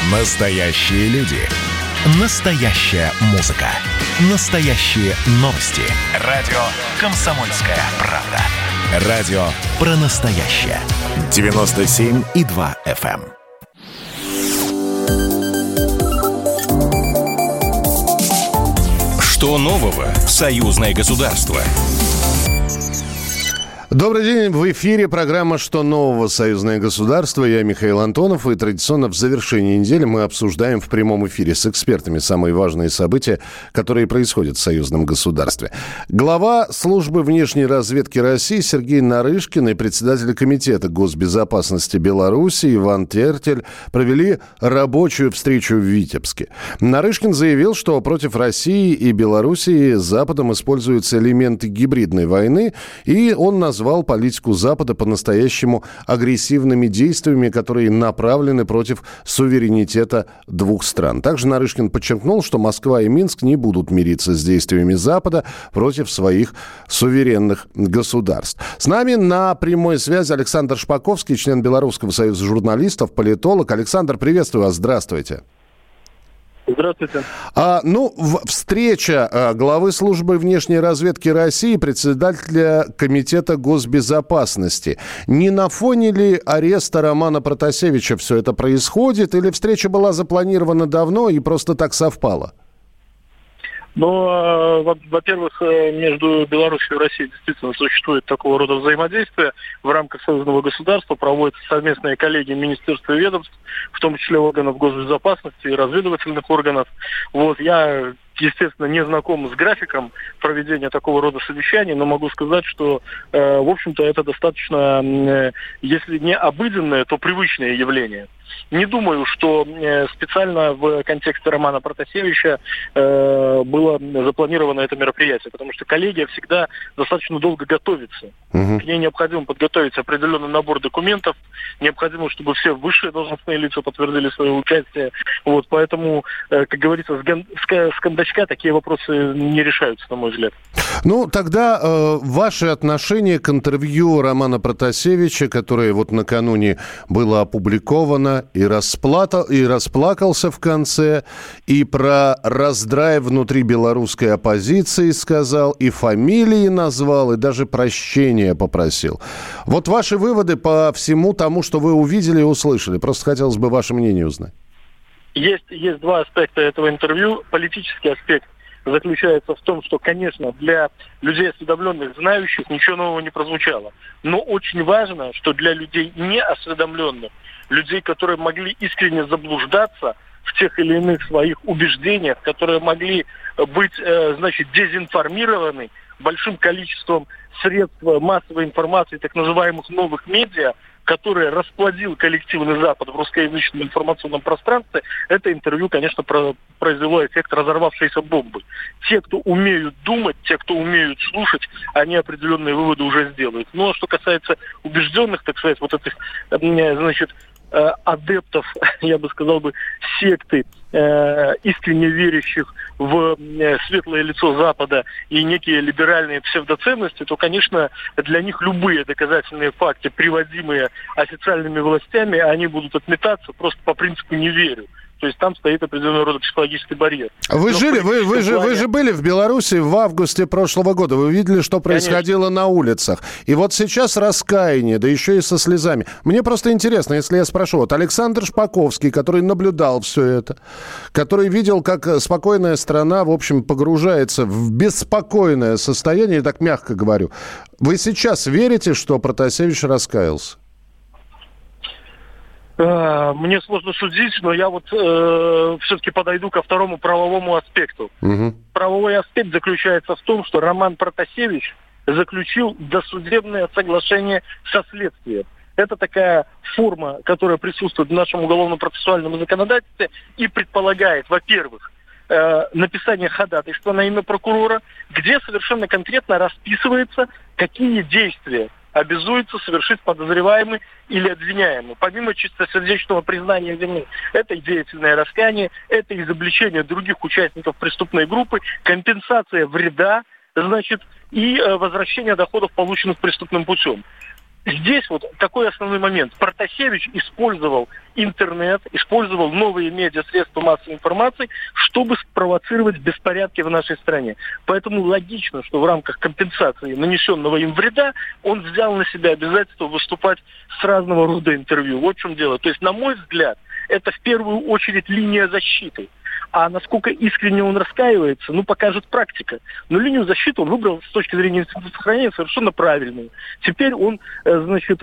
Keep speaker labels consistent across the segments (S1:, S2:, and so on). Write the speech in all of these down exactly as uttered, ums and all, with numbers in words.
S1: Настоящие люди. Настоящая музыка. Настоящие новости. Радио «Комсомольская правда». Радио про настоящее. девяносто семь и два эф эм. Что нового в союзное государство?
S2: Добрый день, в эфире программа «Что нового? Союзное государство». Я Михаил Антонов, и традиционно в завершении недели мы обсуждаем в прямом эфире с экспертами самые важные события, которые происходят в союзном государстве. Глава службы внешней разведки России Сергей Нарышкин и председатель комитета госбезопасности Беларуси Иван Тертель провели рабочую встречу в Витебске. Нарышкин заявил, что против России и Белоруссии Западом используются элементы гибридной войны, и он назвал назвал политику Запада по-настоящему агрессивными действиями, которые направлены против суверенитета двух стран. Также Нарышкин подчеркнул, что Москва и Минск не будут мириться с действиями Запада против своих суверенных государств. С нами на прямой связи Александр Шпаковский, член Белорусского союза журналистов, политолог. Александр, приветствую вас, здравствуйте.
S3: Здравствуйте.
S2: А, ну, в, встреча а, главы службы внешней разведки России, председателя комитета госбезопасности. Не на фоне ли ареста Романа Протасевича все это происходит, или встреча была запланирована давно и просто так совпало?
S3: Но, во-первых, между Беларусью и Россией действительно существует такого рода взаимодействие. В рамках союзного государства проводятся совместные коллегии министерств и ведомств, в том числе органов госбезопасности и разведывательных органов. Вот, я, естественно, не знаком с графиком проведения такого рода совещаний, но могу сказать, что, э, в общем-то, это достаточно, э, если не обыденное, то привычное явление. Не думаю, что э, специально в контексте Романа Протасевича э, было запланировано это мероприятие, потому что коллегия всегда достаточно долго готовится. Угу. К ней необходимо подготовить определенный набор документов, необходимо, чтобы все высшие должностные лица подтвердили свое участие. Вот, поэтому, э, как говорится, с, ган- с, с кондачка такие вопросы не решаются, на мой взгляд.
S2: Ну, тогда э, ваши отношения к интервью Романа Протасевича, которое вот накануне было опубликовано, и, расплата, и расплакался в конце, и про раздрай внутри белорусской оппозиции сказал, и фамилии назвал, и даже прощения попросил. Вот ваши выводы по всему тому, что вы увидели и услышали. Просто хотелось бы ваше мнение узнать.
S3: Есть, есть два аспекта этого интервью. Политический аспект заключается в том, что, конечно, для людей осведомленных, знающих, ничего нового не прозвучало. Но очень важно, что для людей неосведомленных, людей, которые могли искренне заблуждаться в тех или иных своих убеждениях, которые могли быть, э, значит, дезинформированы большим количеством средств массовой информации, так называемых новых медиа, который расплодил коллективный Запад в русскоязычном информационном пространстве, это интервью, конечно, про- произвело эффект разорвавшейся бомбы. Те, кто умеют думать, те, кто умеют слушать, они определенные выводы уже сделают. Ну, а что касается убежденных, так сказать, вот этих, значит, адептов, я бы сказал бы, секты, э, искренне верящих в э, светлое лицо Запада и некие либеральные псевдоценности, то, конечно, для них любые доказательные факты, приводимые официальными властями, они будут отметаться просто по принципу «не верю». То есть там стоит определенного рода психологический барьер.
S2: Вы жили, вы, вы, же, плане... вы же были в Беларуси в августе прошлого года. Вы видели, что происходило Конечно. на улицах. И вот сейчас раскаяние, да еще и со слезами. Мне просто интересно, если я спрошу, вот Александр Шпаковский, который наблюдал все это, который видел, как спокойная страна, в общем, погружается в беспокойное состояние, так мягко говорю. Вы сейчас верите, что Протасевич раскаялся?
S3: Мне сложно судить, но я вот э, все-таки подойду ко второму правовому аспекту. Угу. Правовой аспект заключается в том, что Роман Протасевич заключил досудебное соглашение со следствием. Это такая форма, которая присутствует в нашем уголовно-процессуальном законодательстве и предполагает, во-первых, э, написание ходатайства на имя прокурора, где совершенно конкретно расписывается, какие действия обязуется совершить подозреваемый или обвиняемый. Помимо чистосердечного признания вины, это и деятельное раскаяние, это изобличение других участников преступной группы, компенсация вреда, значит, и э, возвращение доходов, полученных преступным путем. здесь вот такой основной момент. Протасевич использовал интернет, использовал новые медиа, средства массовой информации, чтобы спровоцировать беспорядки в нашей стране. Поэтому логично, что в рамках компенсации нанесенного им вреда он взял на себя обязательство выступать с разного рода интервью. Вот в чем дело. То есть, на мой взгляд, это в первую очередь линия защиты. А насколько искренне он раскаивается, ну, покажет практика. Но линию защиты он выбрал с точки зрения сохранения совершенно правильную. Теперь он, значит,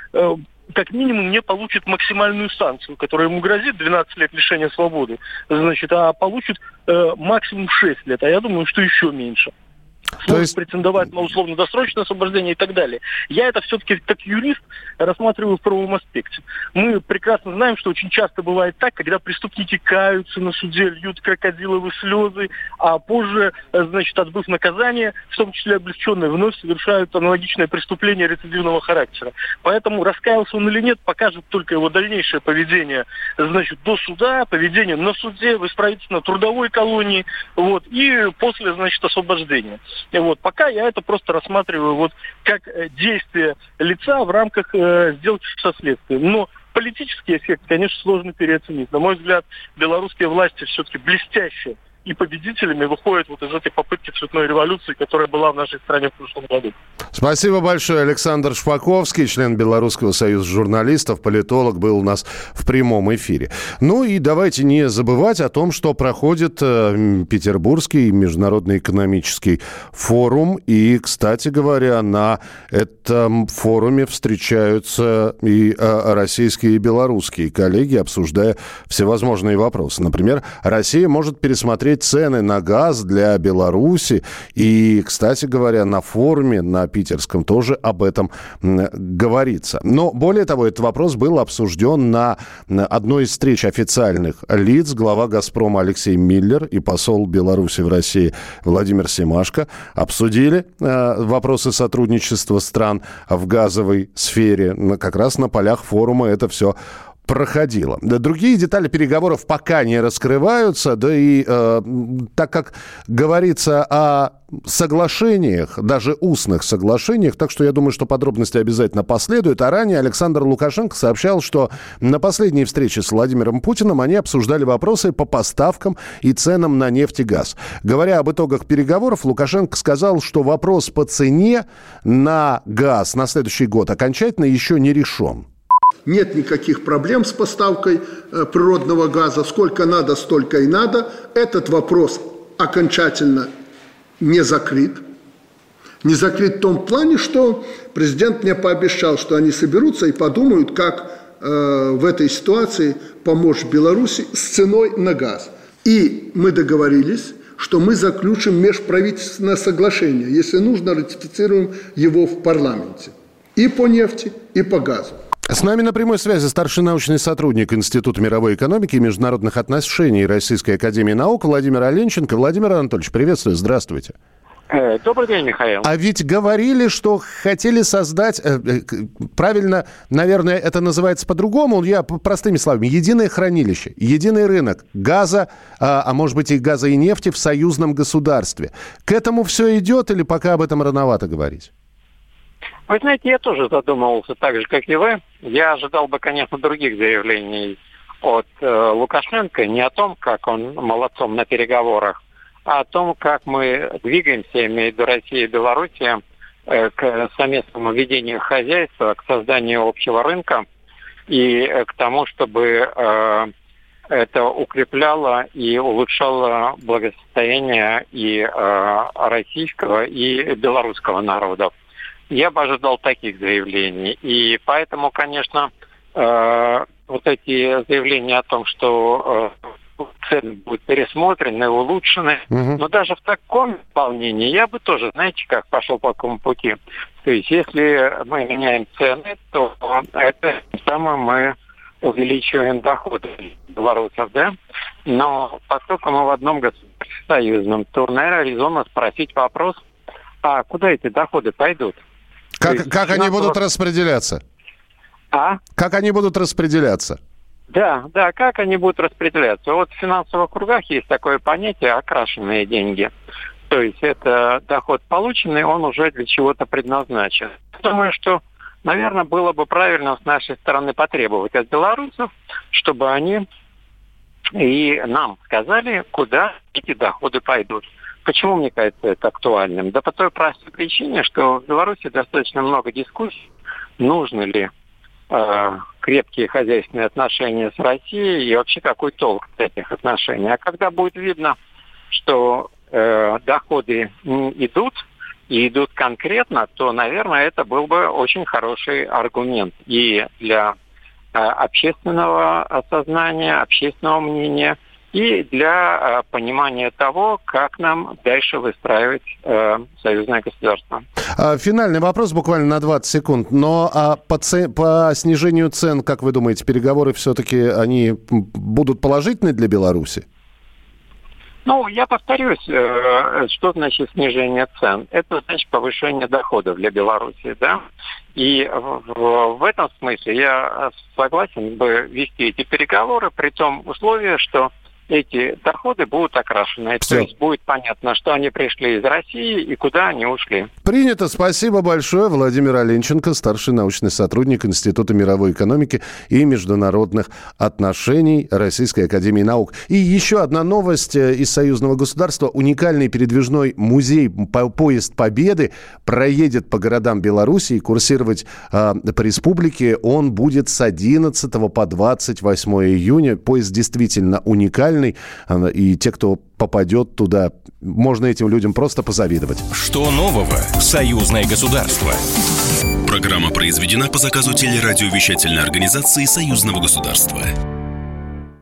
S3: как минимум не получит максимальную санкцию, которая ему грозит, двенадцать лет лишения свободы, значит, а получит максимум шесть лет, а я думаю, что еще меньше. Сможет есть... претендовать на условно-досрочное освобождение и так далее. Я это все-таки как юрист рассматриваю в правовом аспекте. Мы прекрасно знаем, что очень часто бывает так, когда преступники каются на суде, льют крокодиловые слезы, а позже, значит, отбыв наказание, в том числе облегченное, вновь совершают аналогичное преступление рецидивного характера. Поэтому раскаялся он или нет, покажет только его дальнейшее поведение, значит, до суда, поведение на суде, в исправительно-трудовой колонии, вот, и после, значит, освобождения. Вот. Пока я это просто рассматриваю вот как действие лица в рамках э, сделки со следствием. Но политический эффект, конечно, сложно переоценить. На мой взгляд, белорусские власти все-таки блестящие и победителями выходят вот из этой попытки цветной революции, которая была в нашей стране в прошлом году.
S2: Спасибо большое. Александр Шпаковский, член Белорусского союза журналистов, политолог, был у нас в прямом эфире. Ну и давайте не забывать о том, что проходит э, Петербургский международный экономический форум. И, кстати говоря, на этом форуме встречаются и э, российские, и белорусские коллеги, обсуждая всевозможные вопросы. Например, Россия может пересмотреть цены на газ для Беларуси. И, кстати говоря, на форуме, на питерском, тоже об этом говорится. Но, более того, этот вопрос был обсужден на одной из встреч официальных лиц. Глава «Газпрома» Алексей Миллер и посол Беларуси в России Владимир Семашко обсудили э, вопросы сотрудничества стран в газовой сфере. Как раз на полях форума это все проходило. Другие детали переговоров пока не раскрываются, да и э, так как говорится о соглашениях, даже устных соглашениях, так что я думаю, что подробности обязательно последуют. А ранее Александр Лукашенко сообщал, что на последней встрече с Владимиром Путиным они обсуждали вопросы по поставкам и ценам на нефть и газ. Говоря об итогах переговоров, Лукашенко сказал, что вопрос по цене на газ на следующий год окончательно еще не решен.
S4: Нет никаких проблем с поставкой э, природного газа. Сколько надо, столько и надо. Этот вопрос окончательно не закрыт. Не закрыт в том плане, что президент мне пообещал, что они соберутся и подумают, как э, в этой ситуации помочь Беларуси с ценой на газ. И мы договорились, что мы заключим межправительственное соглашение. Если нужно, ратифицируем его в парламенте. И по нефти, и по газу.
S2: С нами на прямой связи старший научный сотрудник Института мировой экономики и международных отношений Российской академии наук Владимир Оленченко. Владимир Анатольевич, приветствую, здравствуйте.
S5: Добрый день, Михаил.
S2: А ведь говорили, что хотели создать, правильно, наверное, это называется по-другому, я простыми словами, единое хранилище, единый рынок газа, а может быть и газа и нефти в союзном государстве. К этому все идет или пока об этом рановато говорить?
S5: Вы знаете, я тоже задумывался так же, как и вы. Я ожидал бы, конечно, других заявлений от э, Лукашенко, не о том, как он молодцом на переговорах, а о том, как мы двигаемся, имея в виду Россия и Белоруссия, э, к совместному ведению хозяйства, к созданию общего рынка и э, к тому, чтобы э, это укрепляло и улучшало благосостояние и э, российского, и белорусского народов. Я бы ожидал таких заявлений. И поэтому, конечно, э, вот эти заявления о том, что э, цены будут пересмотрены, улучшены, угу. но даже в таком исполнении я бы тоже, знаете, как пошел по какому пути. То есть, если мы меняем цены, то это самое мы увеличиваем доходы белорусов, да? Но поскольку мы в одном государстве союзном, то, наверное, резонно спросить вопрос, а куда эти доходы пойдут?
S2: Как, есть, как они будут распределяться?
S5: А?
S2: Как они будут распределяться?
S5: Да, да, как они будут распределяться? Вот в финансовых кругах есть такое понятие окрашенные деньги. То есть это доход полученный, он уже для чего-то предназначен. Думаю, что наверное, было бы правильно с нашей стороны потребовать от белорусов, чтобы они и нам сказали, куда эти доходы пойдут. Почему, мне кажется, это актуальным? Да по той простой причине, что в Беларуси достаточно много дискуссий, нужны ли э, крепкие хозяйственные отношения с Россией и вообще какой толк от этих отношений. А когда будет видно, что э, доходы идут, и идут конкретно, то, наверное, это был бы очень хороший аргумент и для э, общественного осознания, общественного мнения, и для э, понимания того, как нам дальше выстраивать э, союзное государство.
S2: Финальный вопрос буквально на двадцать секунд. Но а по, ц... по снижению цен, как вы думаете, переговоры все-таки они будут положительны для Беларуси?
S5: Ну, я повторюсь, э, что значит снижение цен? Это значит повышение доходов для Беларуси, да? И в, в этом смысле я согласен бы вести эти переговоры, при том условии, что эти доходы будут окрашены.
S2: Все.
S5: То есть будет понятно, что они пришли из России и куда они ушли.
S2: Принято. Спасибо большое. Владимир Оленченко, старший научный сотрудник Института мировой экономики и международных отношений Российской академии наук. И еще одна новость из союзного государства. Уникальный передвижной музей «Поезд Победы» проедет по городам Беларуси и курсировать э, по республике. Он будет с одиннадцатого по двадцать восьмое июня. Поезд действительно уникальный. И те, кто попадет туда, можно этим людям просто позавидовать.
S1: Что нового? Союзное государство.
S6: Программа произведена по заказу телерадиовещательной организации Союзного государства.